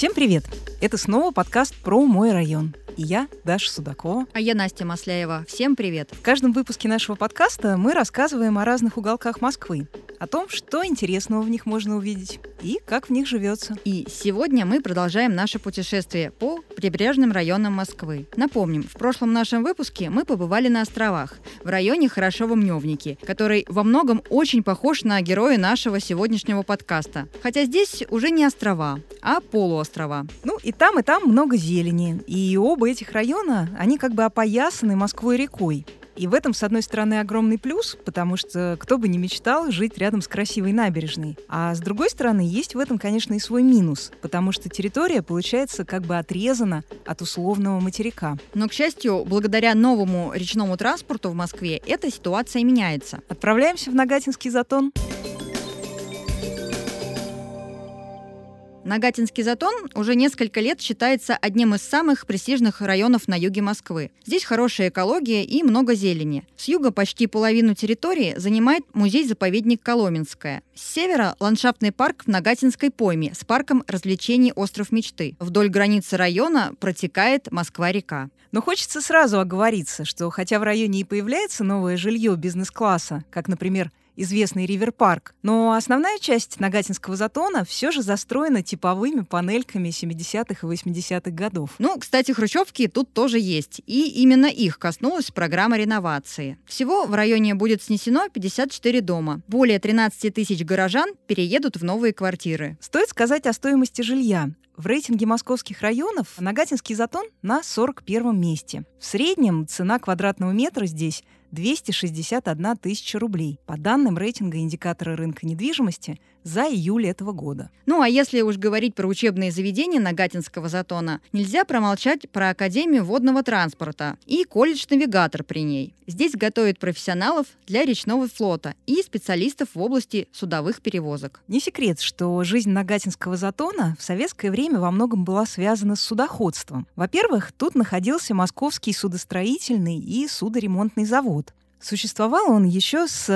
Всем привет! Это снова подкаст про мой район. И я, Даша Судакова. А я, Настя Масляева. Всем привет! В каждом выпуске нашего подкаста мы рассказываем о разных уголках Москвы, о том, что интересного в них можно увидеть и как в них живется. И сегодня мы продолжаем наше путешествие по прибрежным районам Москвы. Напомним, в прошлом нашем выпуске мы побывали на островах, в районе Хорошово-Мневники, который во многом очень похож на героя нашего сегодняшнего подкаста. Хотя здесь уже не острова, а полуострова. Ну и там много зелени. И оба этих района, они как бы опоясаны Москвой рекой. И в этом, с одной стороны, огромный плюс, потому что кто бы ни мечтал жить рядом с красивой набережной. А с другой стороны, есть в этом, конечно, и свой минус, потому что территория, получается, как бы отрезана от условного материка. Но, к счастью, благодаря новому речному транспорту в Москве эта ситуация меняется. Отправляемся в Нагатинский затон. Нагатинский затон уже несколько лет считается одним из самых престижных районов на юге Москвы. Здесь хорошая экология и много зелени. С юга почти половину территории занимает музей-заповедник Коломенское. С севера – ландшафтный парк в Нагатинской пойме с парком развлечений «Остров мечты». Вдоль границы района протекает Москва-река. Но хочется сразу оговориться, что хотя в районе и появляется новое жилье бизнес-класса, как, например, известный Ривер-парк, но основная часть Нагатинского затона все же застроена типовыми панельками 70-х и 80-х годов. Ну, кстати, хрущевки тут тоже есть, и именно их коснулась программа реновации. Всего в районе будет снесено 54 дома. Более 13 тысяч горожан переедут в новые квартиры. Стоит сказать о стоимости жилья. В рейтинге московских районов Нагатинский затон на 41-м месте. В среднем цена квадратного метра здесь 261 тысяча рублей, по данным рейтинга индикатора рынка недвижимости за июль этого года. Ну а если уж говорить про учебные заведения Нагатинского затона, нельзя промолчать про Академию водного транспорта и колледж-навигатор при ней. Здесь готовят профессионалов для речного флота и специалистов в области судовых перевозок. Не секрет, что жизнь Нагатинского затона в советское время во многом была связана с судоходством. Во-первых, тут находился Московский судостроительный и судоремонтный завод. Существовал он еще с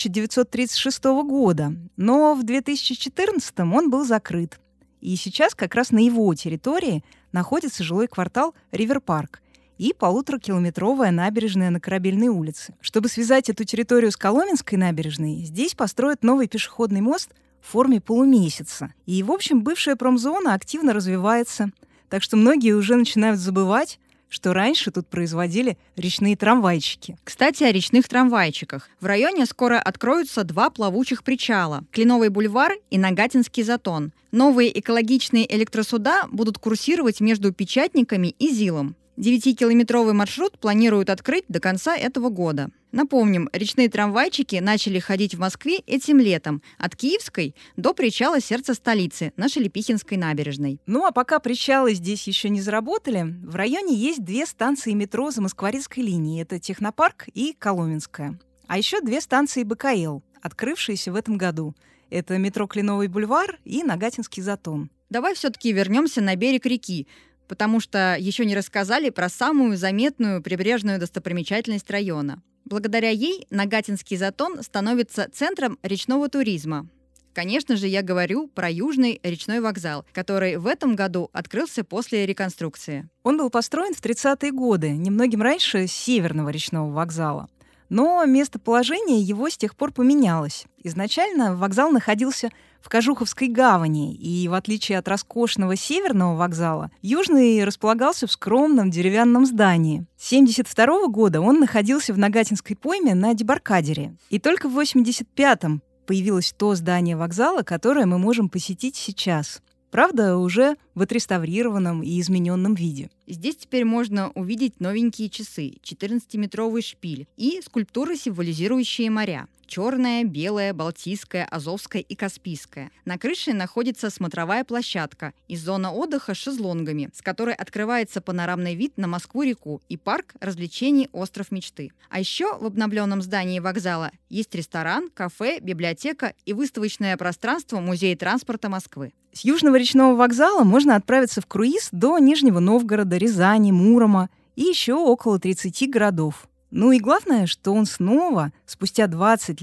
1936 года, но в 2014 он был закрыт. И сейчас как раз на его территории находится жилой квартал Ривер-парк и 1,5-километровая набережная на Корабельной улице. Чтобы связать эту территорию с Коломенской набережной, здесь построят новый пешеходный мост в форме полумесяца. И, в общем, бывшая промзона активно развивается, так что многие уже начинают забывать, что раньше тут производили речные трамвайчики. Кстати, о речных трамвайчиках. В районе скоро откроются 2 плавучих причала – Кленовый бульвар и Нагатинский затон. Новые экологичные электросуда будут курсировать между Печатниками и ЗИЛом. 9-километровый маршрут планируют открыть до конца этого года. Напомним, речные трамвайчики начали ходить в Москве этим летом, от Киевской до причала сердца столицы на Шелепихинской набережной. Ну а пока причалы здесь еще не заработали, в районе есть 2 станции метро Замоскворецкой линии. Это Технопарк и Коломенская. А еще 2 станции БКЛ, открывшиеся в этом году. Это метро Кленовый бульвар и Нагатинский затон. Давай все-таки вернемся на берег реки, потому что еще не рассказали про самую заметную прибрежную достопримечательность района. Благодаря ей Нагатинский затон становится центром речного туризма. Конечно же, я говорю про Южный речной вокзал, который в этом году открылся после реконструкции. Он был построен в 30-е годы, немногим раньше Северного речного вокзала. Но местоположение его с тех пор поменялось. Изначально вокзал находился в Кожуховской гавани, и в отличие от роскошного Северного вокзала, Южный располагался в скромном деревянном здании. С 1972 года он находился в Нагатинской пойме на дебаркадере. И только в 1985-м появилось то здание вокзала, которое мы можем посетить сейчас. Правда, уже в отреставрированном и измененном виде. Здесь теперь можно увидеть новенькие часы, 14-метровый шпиль и скульптуры, символизирующие моря. Черное, белое, Балтийское, Азовское и Каспийское. На крыше находится смотровая площадка и зона отдыха с шезлонгами, с которой открывается панорамный вид на Москву-реку и парк развлечений «Остров мечты». А еще в обновленном здании вокзала есть ресторан, кафе, библиотека и выставочное пространство Музея транспорта Москвы. С Южного речного вокзала можно отправиться в круиз до Нижнего Новгорода, Рязани, Мурома и еще около 30 городов. Ну и главное, что он снова, спустя 20 лет,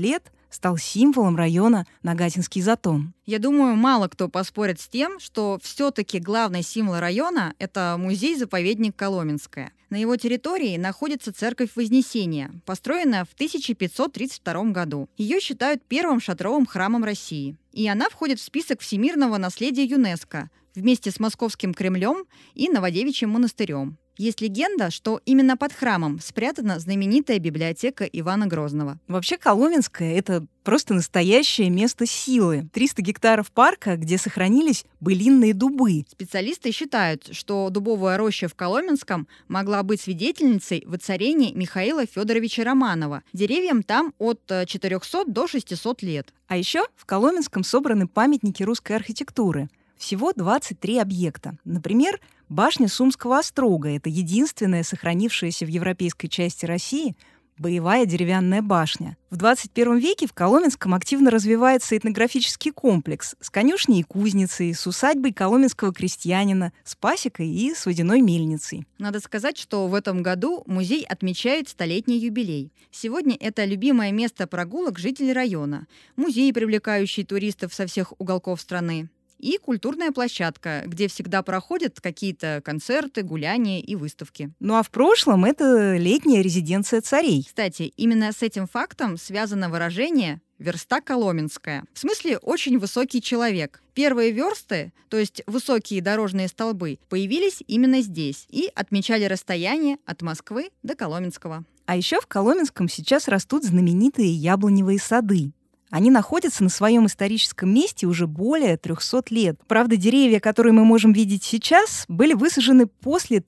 стал символом района Нагатинский затон. Я думаю, мало кто поспорит с тем, что все-таки главный символ района – это музей-заповедник Коломенское. На его территории находится церковь Вознесения, построенная в 1532 году. Ее считают первым шатровым храмом России. И она входит в список всемирного наследия ЮНЕСКО вместе с Московским Кремлем и Новодевичьим монастырем. Есть легенда, что именно под храмом спрятана знаменитая библиотека Ивана Грозного. Вообще Коломенское — это просто настоящее место силы. 300 гектаров парка, где сохранились былинные дубы. Специалисты считают, что дубовая роща в Коломенском могла быть свидетельницей воцарения Михаила Федоровича Романова. Деревьям там от 400 до 600 лет. А еще в Коломенском собраны памятники русской архитектуры. Всего 23 объекта. Например, башня Сумского острога — это единственная сохранившаяся в европейской части России боевая деревянная башня. В 21 веке в Коломенском активно развивается этнографический комплекс с конюшней и кузницей, с усадьбой коломенского крестьянина, с пасекой и с водяной мельницей. Надо сказать, что в этом году музей отмечает столетний юбилей. Сегодня это любимое место прогулок жителей района, музей, привлекающий туристов со всех уголков страны, и культурная площадка, где всегда проходят какие-то концерты, гуляния и выставки. Ну а в прошлом это летняя резиденция царей. Кстати, именно с этим фактом связано выражение «верста коломенская». В смысле, очень высокий человек. Первые версты, то есть высокие дорожные столбы, появились именно здесь и отмечали расстояние от Москвы до Коломенского. А еще в Коломенском сейчас растут знаменитые яблоневые сады. Они находятся на своем историческом месте уже более 300 лет. Правда, деревья, которые мы можем видеть сейчас, были высажены после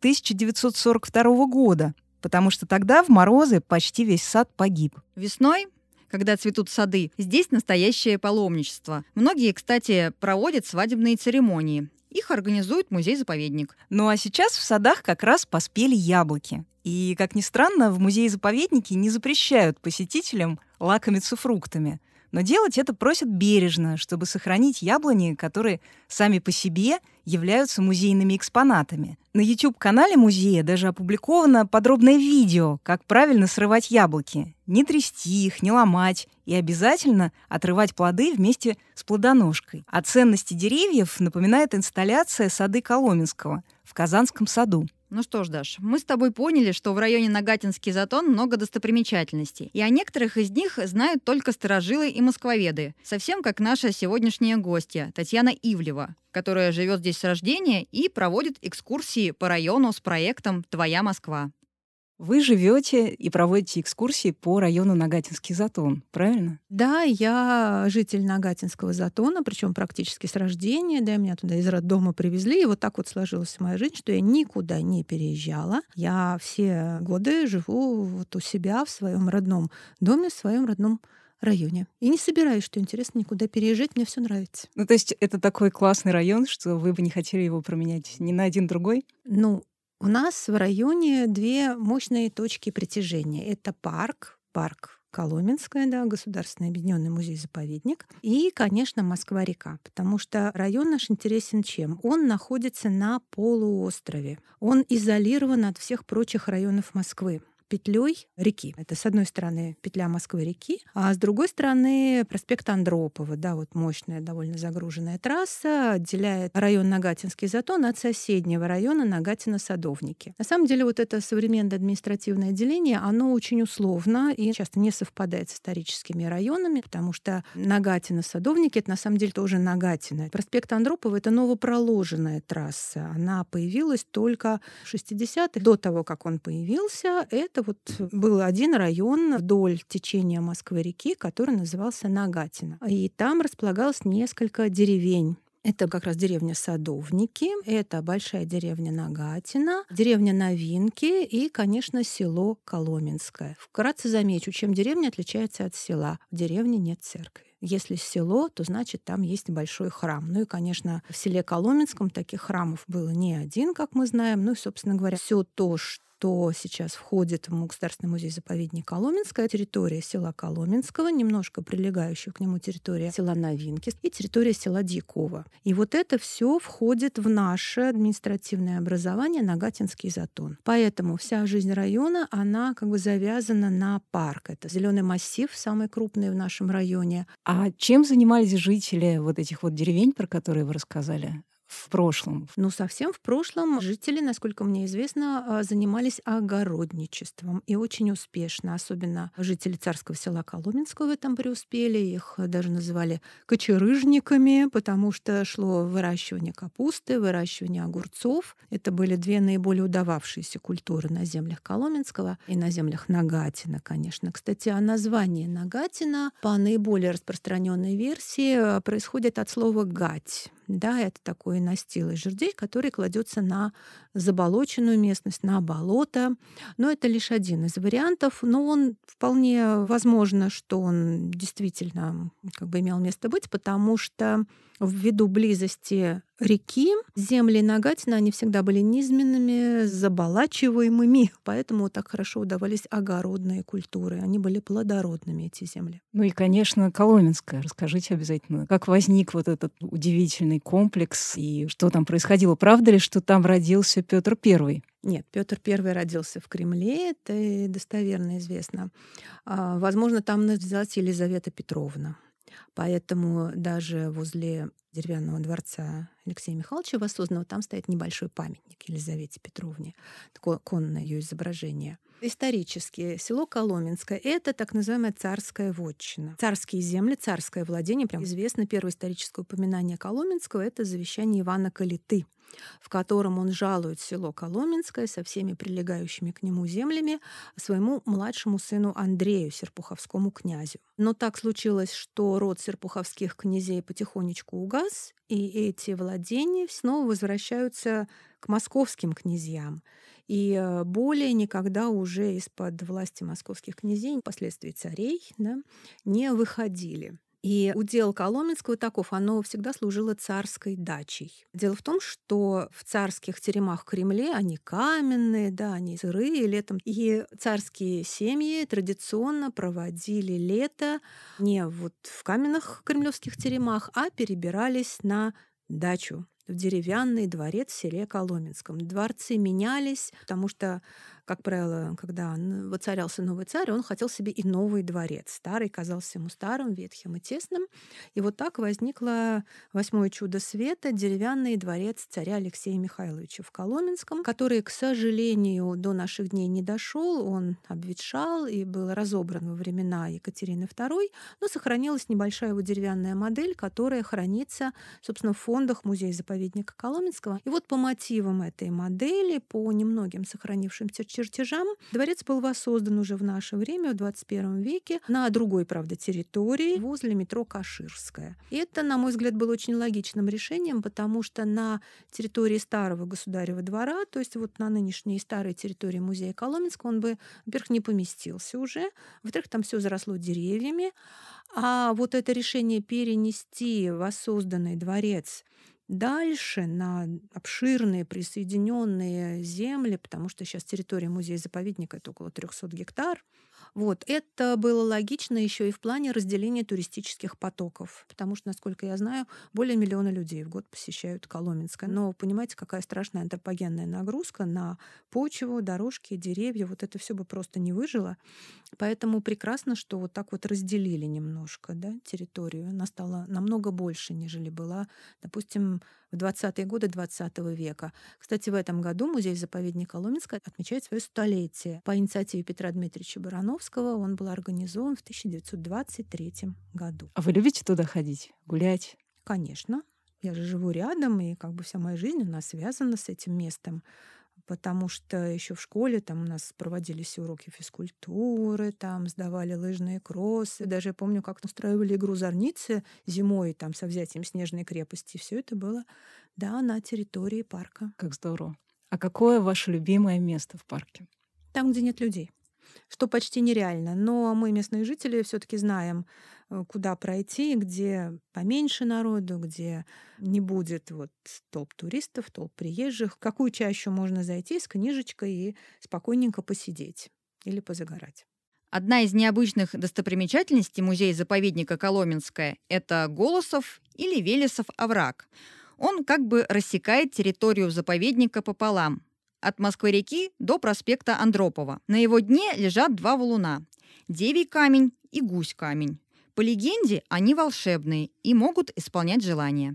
1942 года, потому что тогда в морозы почти весь сад погиб. Весной, когда цветут сады, здесь настоящее паломничество. Многие, кстати, проводят свадебные церемонии. Их организует музей-заповедник. Ну а сейчас в садах как раз поспели яблоки. И, как ни странно, в музее-заповеднике не запрещают посетителям лакомиться фруктами. Но делать это просят бережно, чтобы сохранить яблони, которые сами по себе являются музейными экспонатами. На YouTube-канале музея даже опубликовано подробное видео, как правильно срывать яблоки. Не трясти их, не ломать и обязательно отрывать плоды вместе с плодоножкой. О ценности деревьев напоминает инсталляция «Сады Коломенского» в Казанском саду. Ну что ж, Даш, мы с тобой поняли, что в районе Нагатинский затон много достопримечательностей. И о некоторых из них знают только старожилы и москвоведы. Совсем как наша сегодняшняя гостья Татьяна Ивлева, которая живет здесь с рождения и проводит экскурсии по району с проектом «Твоя Москва». Вы живете и проводите экскурсии по району Нагатинский затон, правильно? Да, я житель Нагатинского затона, причем практически с рождения. Да, меня туда из роддома привезли. И вот так вот сложилась моя жизнь, что я никуда не переезжала. Я все годы живу вот у себя в своем родном доме, в своем родном районе. И не собираюсь, что интересно, никуда переезжать. Мне все нравится. Ну, то есть это такой классный район, что вы бы не хотели его променять ни на один другой? Ну, у нас в районе две мощные точки притяжения. Это парк Коломенское, да, Государственный объединенный музей-заповедник, и, конечно, Москва-река, потому что район наш интересен чем? Он находится на полуострове. Он изолирован от всех прочих районов Москвы петлей реки. Это, с одной стороны, петля Москвы-реки, а с другой стороны, проспект Андропова. Да, вот мощная, довольно загруженная трасса отделяет район Нагатинский затон от соседнего района Нагатино-Садовники. На самом деле, вот это современное административное деление, оно очень условно и часто не совпадает с историческими районами, потому что Нагатино-Садовники — это на самом деле тоже Нагатино. Проспект Андропова — это новопроложенная трасса. Она появилась только в 60-х. До того, как он появился, это вот был один район вдоль течения Москвы-реки, который назывался Нагатино. И там располагалось несколько деревень. Это как раз деревня Садовники, это большая деревня Нагатино, деревня Новинки и, конечно, село Коломенское. Вкратце замечу, чем деревня отличается от села. В деревне нет церкви. Если село, то значит там есть большой храм. Ну и, конечно, в селе Коломенском таких храмов было не один, как мы знаем. Ну и, собственно говоря, все то, что что сейчас входит в Государственный музей-заповедник Коломенское, территория села Коломенского, немножко прилегающая к нему территория села Новинки и территория села Дьякова. И вот это все входит в наше административное образование Нагатинский затон. Поэтому вся жизнь района, она как бы завязана на парк. Это зеленый массив, самый крупный в нашем районе. А чем занимались жители вот этих вот деревень, про которые вы рассказали, в прошлом? Ну, совсем в прошлом жители, насколько мне известно, занимались огородничеством и очень успешно. Особенно жители царского села Коломенского в этом преуспели. Их даже называли кочерыжниками, потому что шло выращивание капусты, выращивание огурцов. Это были две наиболее удававшиеся культуры на землях Коломенского и на землях Нагатина, конечно. Кстати, о названии Нагатина по наиболее распространенной версии происходит от слова «гать». Да, это такой настил из жердей, который кладется на заболоченную местность, на болото. Но это лишь один из вариантов. Но он вполне возможно, что он действительно как бы имел место быть, потому что ввиду близости реки земли Нагатина, они всегда были низменными, заболачиваемыми, поэтому так хорошо удавались огородные культуры. Они были плодородными, эти земли. Ну и, конечно, Коломенское. Расскажите обязательно, как возник вот этот удивительный комплекс и что там происходило. Правда ли, что там родился Петр I? Нет, Петр I родился в Кремле, это и достоверно известно. Возможно, там родилась Елизавета Петровна. Поэтому даже возле деревянного дворца Алексея Михайловича воссозданного там стоит небольшой памятник Елизавете Петровне, такое конное ее изображение. Исторически село Коломенское — это так называемая царская вотчина. Царские земли, царское владение. Прям известно первое историческое упоминание Коломенского — это завещание Ивана Калиты, в котором он жалует село Коломенское со всеми прилегающими к нему землями своему младшему сыну Андрею, серпуховскому князю. Но так случилось, что род серпуховских князей потихонечку угас, и эти владения снова возвращаются к московским князьям. И более никогда уже из-под власти московских князей, впоследствии царей, да, не выходили. И удел Коломенского таков, оно всегда служило царской дачей. Дело в том, что в царских теремах в Кремле они каменные, да, они сырые летом. И царские семьи традиционно проводили лето не вот в каменных кремлевских теремах, а перебирались на дачу, в деревянный дворец в селе Коломенском. Дворцы менялись, потому что, как правило, когда воцарялся новый царь, он хотел себе и новый дворец. Старый казался ему старым, ветхим и тесным. И вот так возникло восьмое чудо света — деревянный дворец царя Алексея Михайловича в Коломенском, который, к сожалению, до наших дней не дошел. Он обветшал и был разобран во времена Екатерины II, но сохранилась небольшая его деревянная модель, которая хранится, собственно, в фондах музея-заповедника Коломенского. И вот по мотивам этой модели, по немногим сохранившимся чертежам, дворец был воссоздан уже в наше время, в 21 веке, на другой, правда, территории, возле метро Каширская. И это, на мой взгляд, было очень логичным решением, потому что на территории старого государева двора, то есть вот на нынешней старой территории музея Коломенского, он бы, во-первых, не поместился уже, во-вторых, там все заросло деревьями, а вот это решение перенести воссозданный дворец дальше на обширные присоединенные земли, потому что сейчас территория музея-заповедника — это около 300 гектар. Вот. Это было логично еще и в плане разделения туристических потоков, потому что, насколько я знаю, более 1 миллиона людей в год посещают Коломенское. Но понимаете, какая страшная антропогенная нагрузка на почву, дорожки, деревья. Вот это все бы просто не выжило. Поэтому прекрасно, что вот так вот разделили немножко, да, территорию. Она стала намного больше, нежели была, допустим, в 20-е годы 20 века. Кстати, в этом году музей-заповедник Коломенское отмечает свое столетие. По инициативе Петра Дмитриевича Барановского он был организован в 1923 году. А вы любите туда ходить, гулять? Конечно. Я же живу рядом, и как бы вся моя жизнь, она связана с этим местом. Потому что еще в школе там у нас проводились уроки физкультуры, там сдавали лыжные кроссы. Даже я помню, как устраивали игру «Зорницы» зимой там со взятием Снежной крепости. Все это было, да, на территории парка. Как здорово. А какое ваше любимое место в парке? Там, где нет людей. что почти нереально. Но мы, местные жители, все-таки знаем, куда пройти, где поменьше народу, где не будет вот толп туристов, толп приезжих, в какую чащу можно зайти с книжечкой и спокойненько посидеть или позагорать. Одна из необычных достопримечательностей музея-заповедника Коломенское – это Голосов или Велесов овраг. Он как бы рассекает территорию заповедника пополам, от Москвы-реки до проспекта Андропова. На его дне лежат два валуна – Девий камень и Гусь камень. По легенде, они волшебные и могут исполнять желания.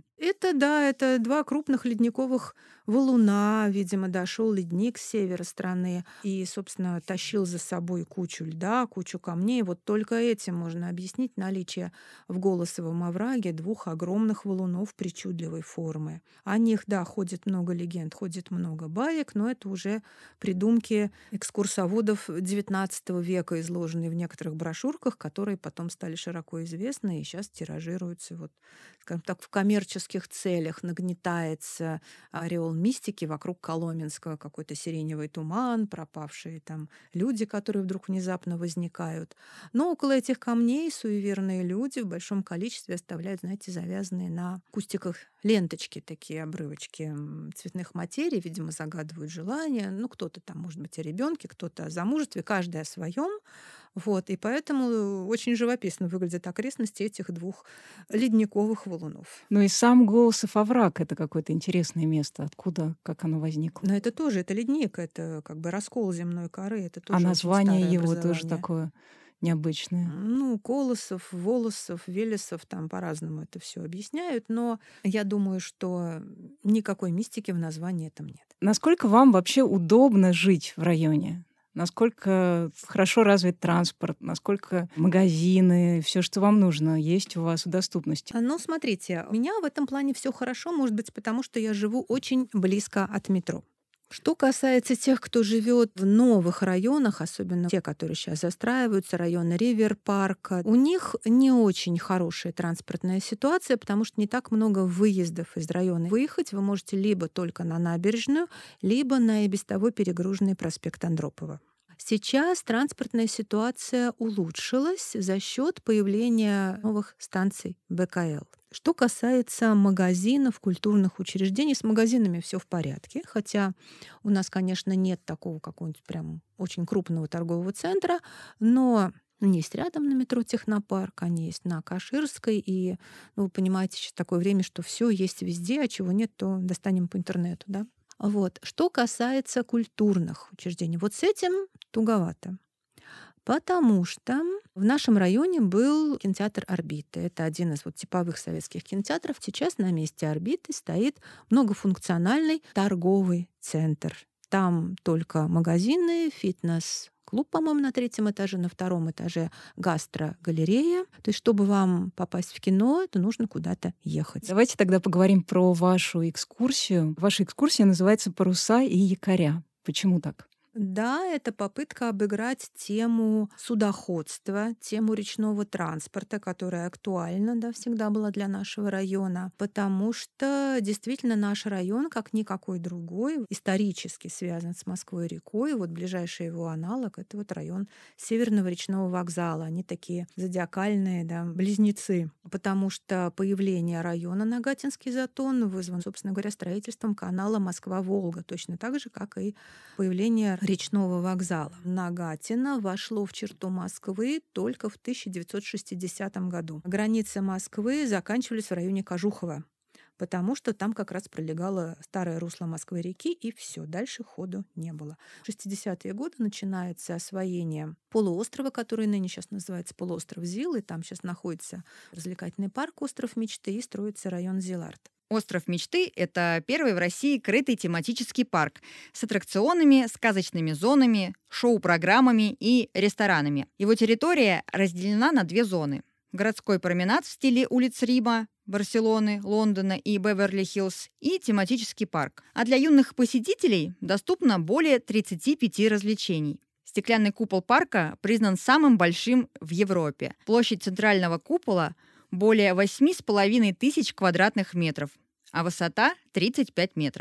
Это два крупных ледниковых валуна. Видимо, дошел ледник с севера страны и, собственно, тащил за собой кучу льда, кучу камней. Вот только этим можно объяснить наличие в Голосовом овраге двух огромных валунов причудливой формы. О них, да, ходит много легенд, ходит много баек, но это уже придумки экскурсоводов XIX века, изложенные в некоторых брошюрках, которые потом стали широко известны и сейчас тиражируются, вот, скажем так, в коммерческих целях. Нагнетается ореол мистики вокруг Коломенского, какой-то сиреневый туман, пропавшие там люди, которые вдруг внезапно возникают. Но около этих камней суеверные люди в большом количестве оставляют, знаете, завязанные на кустиках ленточки, такие обрывочки цветных материй, видимо, загадывают желания. Ну, кто-то там, может быть, о ребенке, кто-то о замужестве, каждый о своем. Вот, и поэтому очень живописно выглядят окрестности этих двух ледниковых валунов. Ну и сам Голосов овраг — это какое-то интересное место. Откуда, как оно возникло? Но это тоже, это ледник, это как бы раскол земной коры, это тоже А очень название старое его тоже образование. такое необычное. Ну, Колосов, Волосов, Велесов, там по-разному это все объясняют, но я думаю, что никакой мистики в названии этом нет. Насколько вам вообще удобно жить в районе? Насколько хорошо развит транспорт, насколько магазины, все, что вам нужно, есть у вас в доступности? Ну, смотрите, у меня в этом плане все хорошо, может быть, потому что я живу очень близко от метро. Что касается тех, кто живет в новых районах, особенно те, которые сейчас застраиваются, районы Ривер-парка, у них не очень хорошая транспортная ситуация, потому что не так много выездов из района. Выехать вы можете либо только на набережную, либо на и без того перегруженный проспект Андропова. Сейчас транспортная ситуация улучшилась за счет появления новых станций БКЛ. Что касается магазинов, культурных учреждений, с магазинами все в порядке, хотя у нас, конечно, нет такого какого-нибудь прям очень крупного торгового центра, но они есть рядом на метро Технопарк, они есть на Каширской, и, ну, вы понимаете, сейчас такое время, что все есть везде, а чего нет, то достанем по интернету, да? Вот. Что касается культурных учреждений, вот с этим туговато. Потому что в нашем районе был кинотеатр «Орбита». Это один из вот типовых советских кинотеатров. Сейчас на месте «Орбиты» стоит многофункциональный торговый центр. Там только магазины, фитнес-клуб, по-моему, на 3-м этаже, на 2-м этаже гастрогалерея. То есть, чтобы вам попасть в кино, это нужно куда-то ехать. Давайте тогда поговорим про вашу экскурсию. Ваша экскурсия называется «Паруса и якоря». Почему так? Да, это попытка обыграть тему судоходства, тему речного транспорта, которая актуальна, да, всегда была для нашего района, потому что действительно наш район, как никакой другой, исторически связан с Москвой-рекой. Вот ближайший его аналог — это вот район Северного речного вокзала. Они такие зодиакальные, да, близнецы, потому что появление района Нагатинский затон вызван, собственно говоря, строительством канала Москва-Волга, точно так же, как и появление речного вокзала. Нагатино вошло в черту Москвы только в 1960 году. Границы Москвы заканчивались в районе Кожухова, потому что там как раз пролегало старое русло Москвы-реки, и все, дальше ходу не было. В 60-е годы начинается освоение полуострова, который ныне сейчас называется полуостров Зил, и там сейчас находится развлекательный парк «Остров мечты» и строится район Зиларт. Остров мечты — это первый в России крытый тематический парк с аттракционами, сказочными зонами, шоу-программами и ресторанами. Его территория разделена на 2 зоны. Городской променад в стиле улиц Рима, Барселоны, Лондона и Беверли-Хиллз и тематический парк. А для юных посетителей доступно более 35 развлечений. Стеклянный купол парка признан самым большим в Европе. Площадь центрального купола более 8,5 тысяч квадратных метров, а высота 35 метров.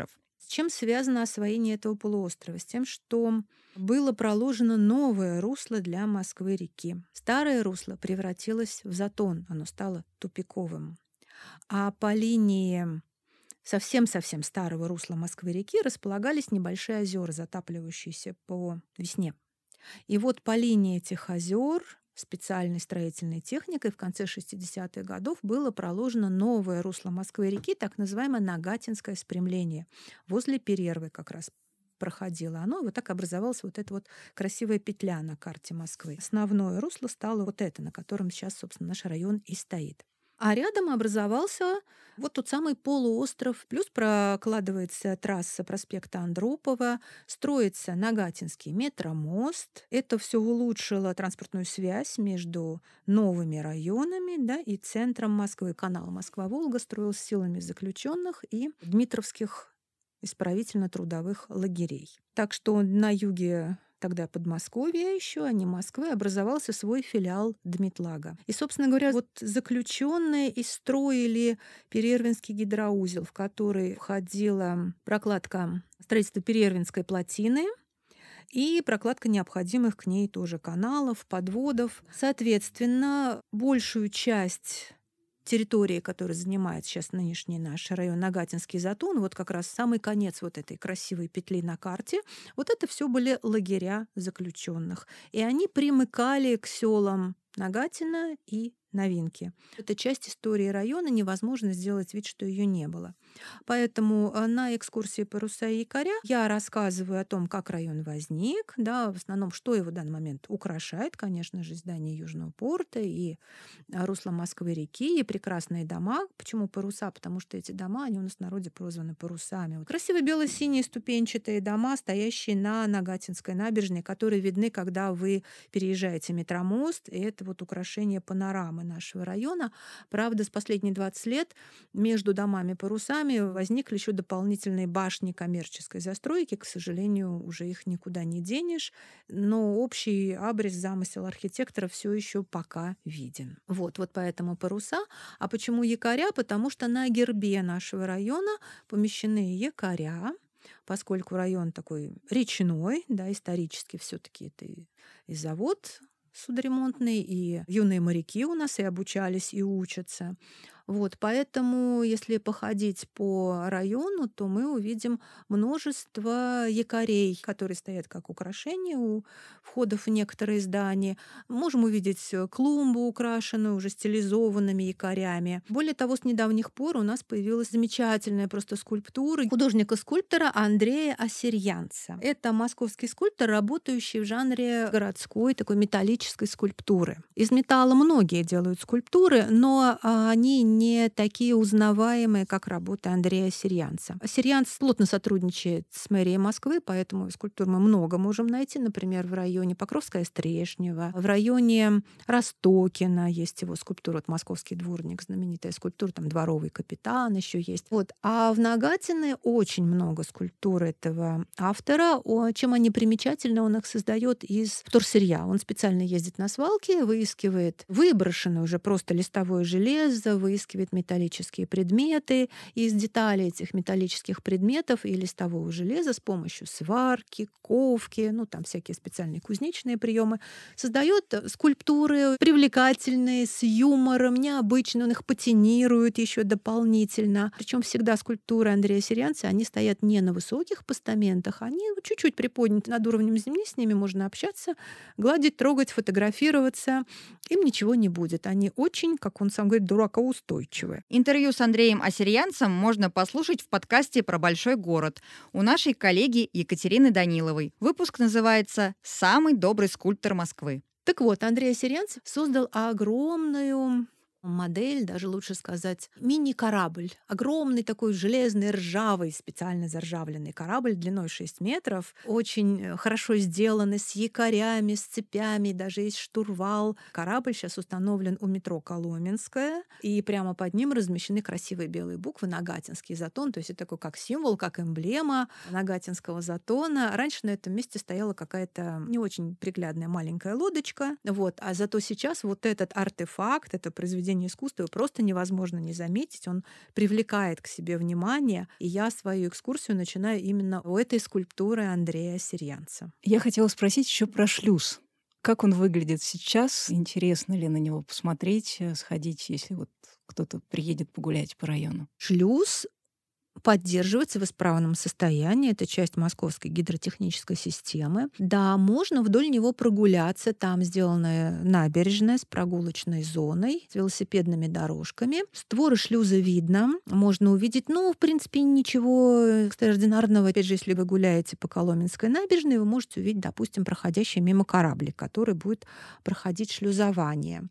С чем связано освоение этого полуострова? С тем, что было проложено новое русло для Москвы-реки. Старое русло превратилось в затон, оно стало тупиковым. А по линии совсем-совсем старого русла Москвы-реки располагались небольшие озера, затапливающиеся по весне. И вот по линии этих озер специальной строительной техникой в конце 60-х годов было проложено новое русло Москвы-реки, так называемое Нагатинское спрямление. Возле Перервы как раз проходило оно, и вот так образовалась вот эта вот красивая петля на карте Москвы. Основное русло стало вот это, на котором сейчас, собственно, наш район и стоит. А рядом образовался вот тот самый полуостров, плюс прокладывается трасса проспекта Андропова, строится Нагатинский метромост. Это все улучшило транспортную связь между новыми районами, да, и центром Москвы. Канал Москва-Волга строился силами заключенных и дмитровских исправительно-трудовых лагерей. Так что на юге тогда Подмосковья еще, а не Москвы, образовался свой филиал Дмитлага. И, собственно говоря, вот заключенные и строили Перервинский гидроузел, в который входила прокладка строительства Перервинской плотины и прокладка необходимых к ней тоже каналов, подводов. Соответственно, большую часть территории, которую занимает сейчас нынешний наш район Нагатинский затон, вот как раз самый конец вот этой красивой петли на карте, вот это все были лагеря заключенных. И они примыкали к селам Нагатина и Новинки. Это часть истории района, невозможно сделать вид, что ее не было. Поэтому на экскурсии «Паруса и якоря» я рассказываю о том, как район возник, да, в основном, что его в данный момент украшает, конечно же, здание Южного порта и русло Москвы-реки, и прекрасные дома. Почему паруса? Потому что эти дома, они у нас в народе прозваны парусами. Вот красивые бело-синие ступенчатые дома, стоящие на Нагатинской набережной, которые видны, когда вы переезжаете метромост, и это вот украшение панорамы нашего района. Правда, с последние 20 лет между домами-парусами возникли еще дополнительные башни коммерческой застройки. К сожалению, уже их никуда не денешь, но общий абрис, замысел архитектора все еще пока виден. Вот поэтому паруса. А почему якоря? Потому что на гербе нашего района помещены якоря, поскольку район такой речной, да, исторически все-таки это и завод судоремонтный, и юные моряки у нас и обучались, и учатся. Вот, поэтому, если походить по району, то мы увидим множество якорей, которые стоят как украшения у входов в некоторые здания. Можем увидеть клумбу, украшенную уже стилизованными якорями. Более того, с недавних пор у нас появилась замечательная просто скульптура художника-скульптора Андрея Осирьянца. Это московский скульптор, работающий в жанре городской такой металлической скульптуры. Из металла многие делают скульптуры, но они не такие узнаваемые, как работа Андрея Осирьянца. Осирьянц плотно сотрудничает с мэрией Москвы, поэтому скульптур мы много можем найти. Например, в районе Покровская-Стрешнева, в районе Ростокина есть его скульптура, вот «Московский дворник», знаменитая скульптура, там «Дворовый капитан» еще есть. Вот. А в Нагатино очень много скульптур этого автора. Чем они примечательны, он их создает из вторсырья. Он специально ездит на свалки, выискивает выброшенное уже просто листовое железо, выискивает металлические предметы, и из деталей этих металлических предметов и листового железа с помощью сварки, ковки, там всякие специальные кузнечные приемы, создает скульптуры привлекательные, с юмором, необычные, он их патинирует еще дополнительно. Причем всегда скульптуры Андрея Осирьянца, они стоят не на высоких постаментах, они чуть-чуть приподняты над уровнем земли, с ними можно общаться, гладить, трогать, фотографироваться. Им ничего не будет. Они очень, как он сам говорит, дуракоустойчивые. Интервью с Андреем Осирьянцем можно послушать в подкасте про большой город у нашей коллеги Екатерины Даниловой. Выпуск называется «Самый добрый скульптор Москвы». Так вот, Андрей Осирьянцев создал огромную модель, даже лучше сказать, мини-корабль. Огромный такой железный, ржавый, специально заржавленный корабль длиной 6 метров. Очень хорошо сделанный, с якорями, с цепями, даже есть штурвал. Корабль сейчас установлен у метро Коломенское, и прямо под ним размещены красивые белые буквы «Нагатинский затон». То есть это такой как символ, как эмблема Нагатинского затона. Раньше на этом месте стояла какая-то не очень приглядная маленькая лодочка. А зато сейчас вот этот артефакт, это произведение произведение искусства, его просто невозможно не заметить. Он привлекает к себе внимание. И я свою экскурсию начинаю именно у этой скульптуры Андрея Сирьянца. Я хотела спросить еще про шлюз. Как он выглядит сейчас? Интересно ли на него посмотреть, сходить, если вот кто-то приедет погулять по району? Шлюз поддерживается в исправном состоянии. Это часть Московской гидротехнической системы. Да, можно вдоль него прогуляться. Там сделана набережная с прогулочной зоной, с велосипедными дорожками. Створы шлюза видно. Можно увидеть, в принципе, ничего экстраординарного. Опять же, если вы гуляете по Коломенской набережной, вы можете увидеть, допустим, проходящий мимо кораблик, который будет проходить шлюзование.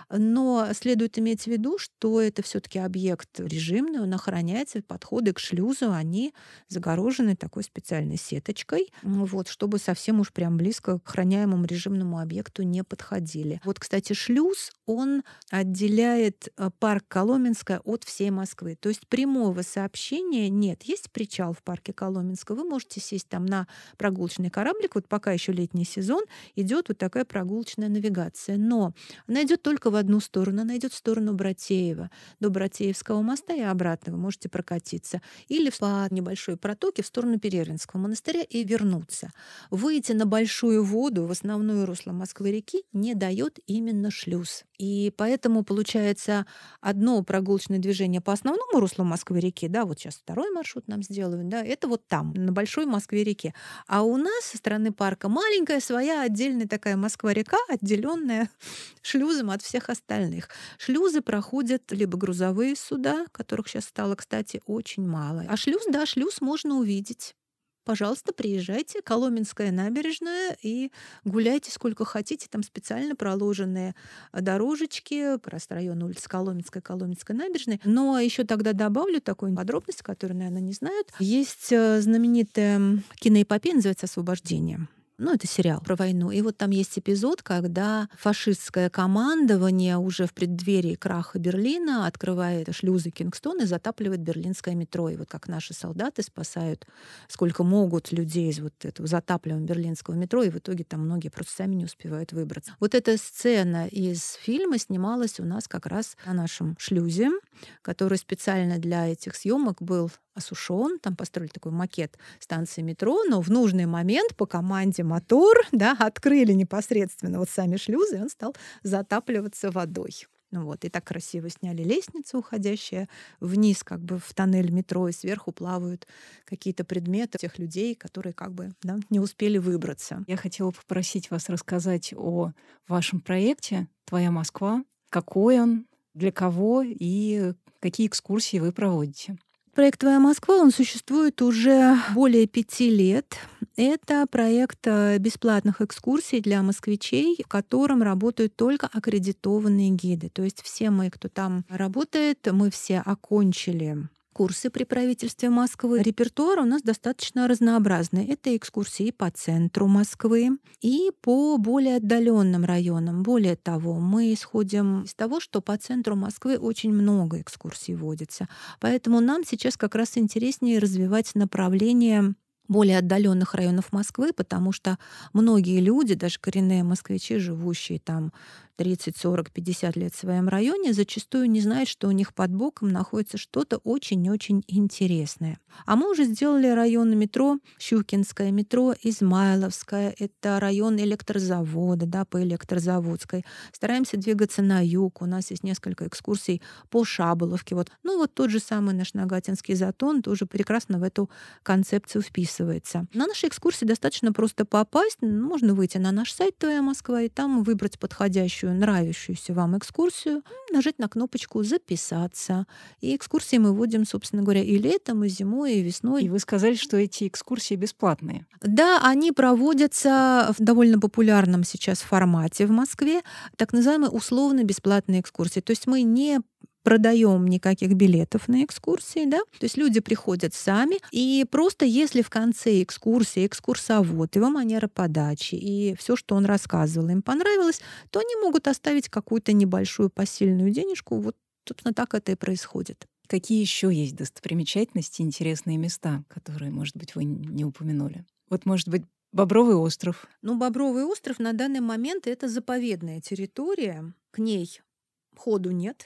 Но следует иметь в виду, что это все-таки объект режимный, он охраняется, подходы к шлюзу, они загорожены такой специальной сеточкой, чтобы совсем уж прям близко к охраняемому режимному объекту не подходили. Кстати, шлюз, он отделяет парк Коломенское от всей Москвы. То есть прямого сообщения нет. Есть причал в парке Коломенское, вы можете сесть там на прогулочный кораблик, пока еще летний сезон, идет такая прогулочная навигация. Но она идет только в одну сторону, она идет в сторону Братеева. До Братеевского моста и обратно вы можете прокатиться. Или по небольшой протоке в сторону Перервинского монастыря и вернуться. Выйти на большую воду, в основное русло Москвы-реки, не дает именно шлюз. И поэтому получается одно прогулочное движение по основному руслу Москвы-реки, сейчас второй маршрут нам сделают, это там, на большой Москве-реке. А у нас со стороны парка маленькая своя отдельная такая Москва-река, отделенная шлюзом от всех остальных. Шлюзы проходят либо грузовые суда, которых сейчас стало, кстати, очень мало. А шлюз можно увидеть. Пожалуйста, приезжайте, Коломенская набережная, и гуляйте сколько хотите. Там специально проложенные дорожечки, просто район улицы Коломенская, Коломенской набережной. Но еще тогда добавлю такую подробность, которую, наверное, не знают. Есть знаменитая киноэпопея, называется «Освобождение». Это сериал про войну. И там есть эпизод, когда фашистское командование уже в преддверии краха Берлина открывает шлюзы Кингстона и затапливает берлинское метро. И как наши солдаты спасают сколько могут людей из этого затапливаемого берлинского метро, и в итоге там многие просто сами не успевают выбраться. Эта сцена из фильма снималась у нас как раз на нашем шлюзе, который специально для этих съемок был осушен. Там построили такой макет станции метро, но в нужный момент по команде мотор, открыли непосредственно сами шлюзы, и он стал затапливаться водой. И так красиво сняли лестницу, уходящая вниз, в тоннель метро, и сверху плавают какие-то предметы тех людей, которые не успели выбраться. Я хотела попросить вас рассказать о вашем проекте «Твоя Москва». Какой он, для кого и какие экскурсии вы проводите? Проект «Твоя Москва», он существует уже более 5 лет. Это проект бесплатных экскурсий для москвичей, в котором работают только аккредитованные гиды. То есть все мы, кто там работает, мы все окончили курсы при правительстве Москвы. Репертуар у нас достаточно разнообразный. Это экскурсии по центру Москвы и по более отдаленным районам. Более того, мы исходим из того, что по центру Москвы очень много экскурсий водится. Поэтому нам сейчас как раз интереснее развивать направление более отдаленных районов Москвы, потому что многие люди, даже коренные москвичи, живущие там 30, 40, 50 лет в своем районе, зачастую не знают, что у них под боком находится что-то очень-очень интересное. А мы уже сделали районы метро Щукинское, метро Измайловское, это район электрозавода, по Электрозаводской. Стараемся двигаться на юг. У нас есть несколько экскурсий по Шаболовке. Тот же самый наш Нагатинский затон тоже прекрасно в эту концепцию вписывается. На наши экскурсии достаточно просто попасть. Можно выйти на наш сайт «Твоя Москва» и там выбрать подходящую, нравящуюся вам экскурсию, нажать на кнопочку «Записаться». И экскурсии мы вводим, собственно говоря, и летом, и зимой, и весной. И вы сказали, что эти экскурсии бесплатные. Да, они проводятся в довольно популярном сейчас формате в Москве, так называемые условно-бесплатные экскурсии. То есть мы не продаем никаких билетов на экскурсии, То есть люди приходят сами, и просто если в конце экскурсии экскурсовод, его манера подачи и все, что он рассказывал, им понравилось, то они могут оставить какую-то небольшую посильную денежку. Собственно, так это и происходит. Какие еще есть достопримечательности, интересные места, которые, может быть, вы не упомянули? Может быть, Бобровый остров? Бобровый остров на данный момент — это заповедная территория. К ней ходу нет.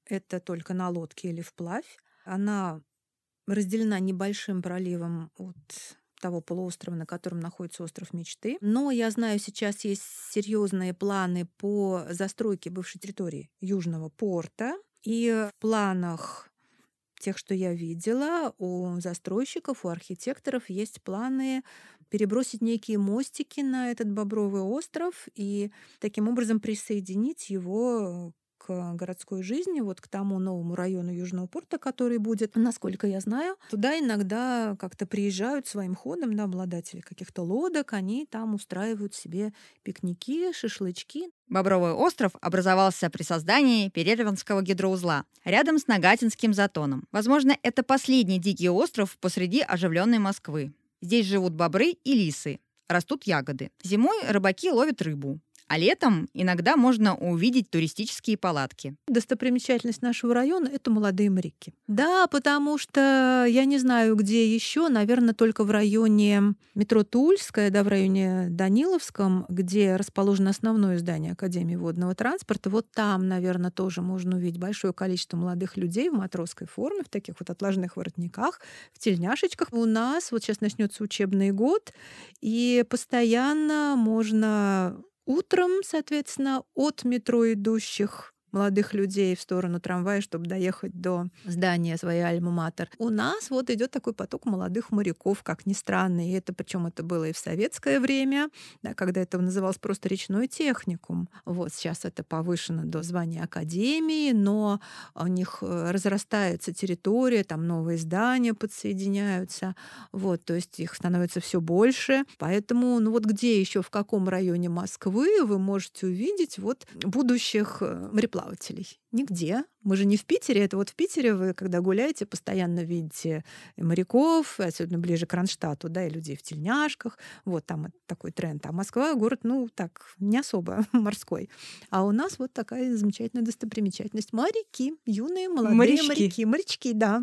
это только на лодке или вплавь. Она разделена небольшим проливом от того полуострова, на котором находится остров Мечты. Но я знаю, сейчас есть серьезные планы по застройке бывшей территории Южного порта. И в планах тех, что я видела, у застройщиков, у архитекторов есть планы перебросить некие мостики на этот Бобровый остров и таким образом присоединить его к городской жизни, вот к тому новому району Южного порта, который будет, насколько я знаю. Туда иногда как-то приезжают своим ходом, да, обладатели каких-то лодок, они там устраивают себе пикники, шашлычки. Бобровый остров образовался при создании Перервинского гидроузла рядом с Нагатинским затоном. Возможно, это последний дикий остров посреди оживленной Москвы. Здесь живут бобры и лисы, растут ягоды. Зимой рыбаки ловят рыбу, а летом иногда можно увидеть туристические палатки. Достопримечательность нашего района — это молодые моряки. Да, потому что я не знаю, где еще, наверное, только в районе метро Тульская, да, в районе Даниловском, где расположено основное здание Академии водного транспорта. Вот там, наверное, тоже можно увидеть большое количество молодых людей в матросской форме, в таких вот отложных воротниках, в тельняшечках. У нас вот сейчас начнется учебный год, и постоянно можно утром, соответственно, от метро идущих молодых людей в сторону трамвая, чтобы доехать до здания своей альма-матер. У нас вот идет такой поток молодых моряков, как ни странно. И это, причем это было и в советское время, да, когда это называлось просто речной техникум. Вот сейчас это повышено до звания академии, но у них разрастается территория, там новые здания подсоединяются. Вот, то есть их становится все больше. Поэтому, ну вот где еще, в каком районе Москвы вы можете увидеть вот будущих мореплавателей? Нигде. Мы же не в Питере. Это вот в Питере вы, когда гуляете, постоянно видите моряков, особенно ближе к Кронштадту, да, и людей в тельняшках. Вот там такой тренд. А Москва — город, ну, так, не особо морской. А у нас вот такая замечательная достопримечательность. Моряки. Юные, молодые моряки. Морячки, да.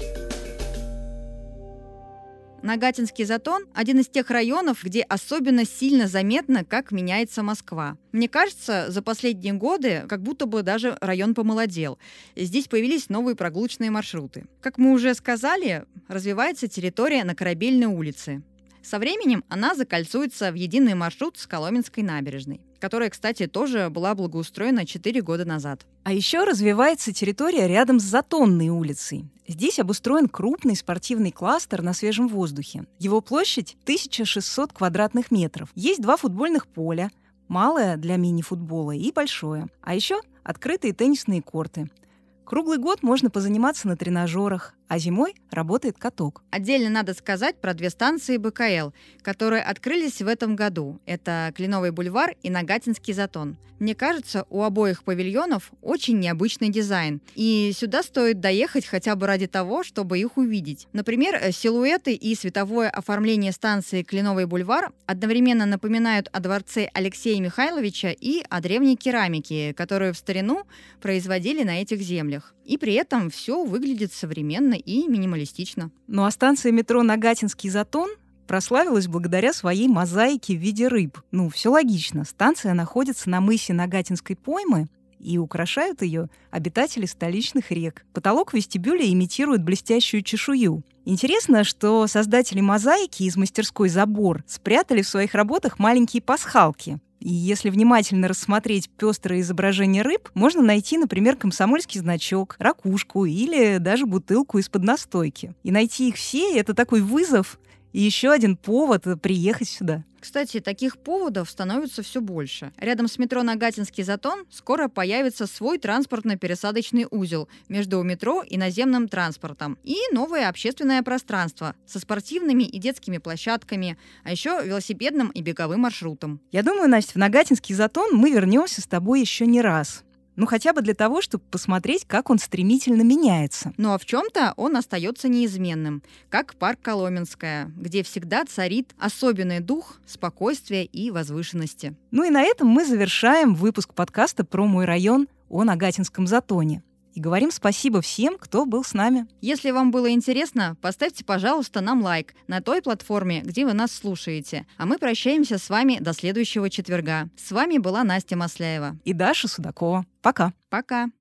Нагатинский затон – один из тех районов, где особенно сильно заметно, как меняется Москва. Мне кажется, за последние годы как будто бы даже район помолодел. Здесь появились новые прогулочные маршруты. Как мы уже сказали, развивается территория на Корабельной улице. Со временем она закольцуется в единый маршрут с Коломенской набережной, которая, кстати, тоже была благоустроена 4 года назад. А еще развивается территория рядом с Затонной улицей. Здесь обустроен крупный спортивный кластер на свежем воздухе. Его площадь 1600 квадратных метров. Есть 2 футбольных поля, малое для мини-футбола и большое. А еще открытые теннисные корты. Круглый год можно позаниматься на тренажерах, а зимой работает каток. Отдельно надо сказать про 2 станции БКЛ, которые открылись в этом году. Это Кленовый бульвар и Нагатинский затон. Мне кажется, у обоих павильонов очень необычный дизайн. И сюда стоит доехать хотя бы ради того, чтобы их увидеть. Например, силуэты и световое оформление станции Кленовый бульвар одновременно напоминают о дворце Алексея Михайловича и о древней керамике, которую в старину производили на этих землях. И при этом все выглядит современно и минималистично. Ну а станция метро Нагатинский затон прославилась благодаря своей мозаике в виде рыб. Ну, все логично. Станция находится на мысе Нагатинской поймы, и украшают ее обитатели столичных рек. Потолок вестибюля имитирует блестящую чешую. Интересно, что создатели мозаики из мастерской «Забор» спрятали в своих работах маленькие пасхалки. И если внимательно рассмотреть пестрое изображение рыб, можно найти, например, комсомольский значок, ракушку или даже бутылку из-под настойки. И найти их все — это такой вызов и еще один повод приехать сюда. Кстати, таких поводов становится все больше. Рядом с метро Нагатинский затон скоро появится свой транспортно-пересадочный узел между метро и наземным транспортом. И новое общественное пространство со спортивными и детскими площадками, а еще велосипедным и беговым маршрутом. Я думаю, Настя, в Нагатинский затон мы вернемся с тобой еще не раз. Ну, хотя бы для того, чтобы посмотреть, как он стремительно меняется. Ну а в чем-то он остается неизменным, как парк Коломенская, где всегда царит особенный дух спокойствия и возвышенности. Ну и на этом мы завершаем выпуск подкаста про мой район о Нагатинском затоне. И говорим спасибо всем, кто был с нами. Если вам было интересно, поставьте, пожалуйста, нам лайк на той платформе, где вы нас слушаете. А мы прощаемся с вами до следующего четверга. С вами была Настя Масляева и Даша Судакова. Пока. Пока.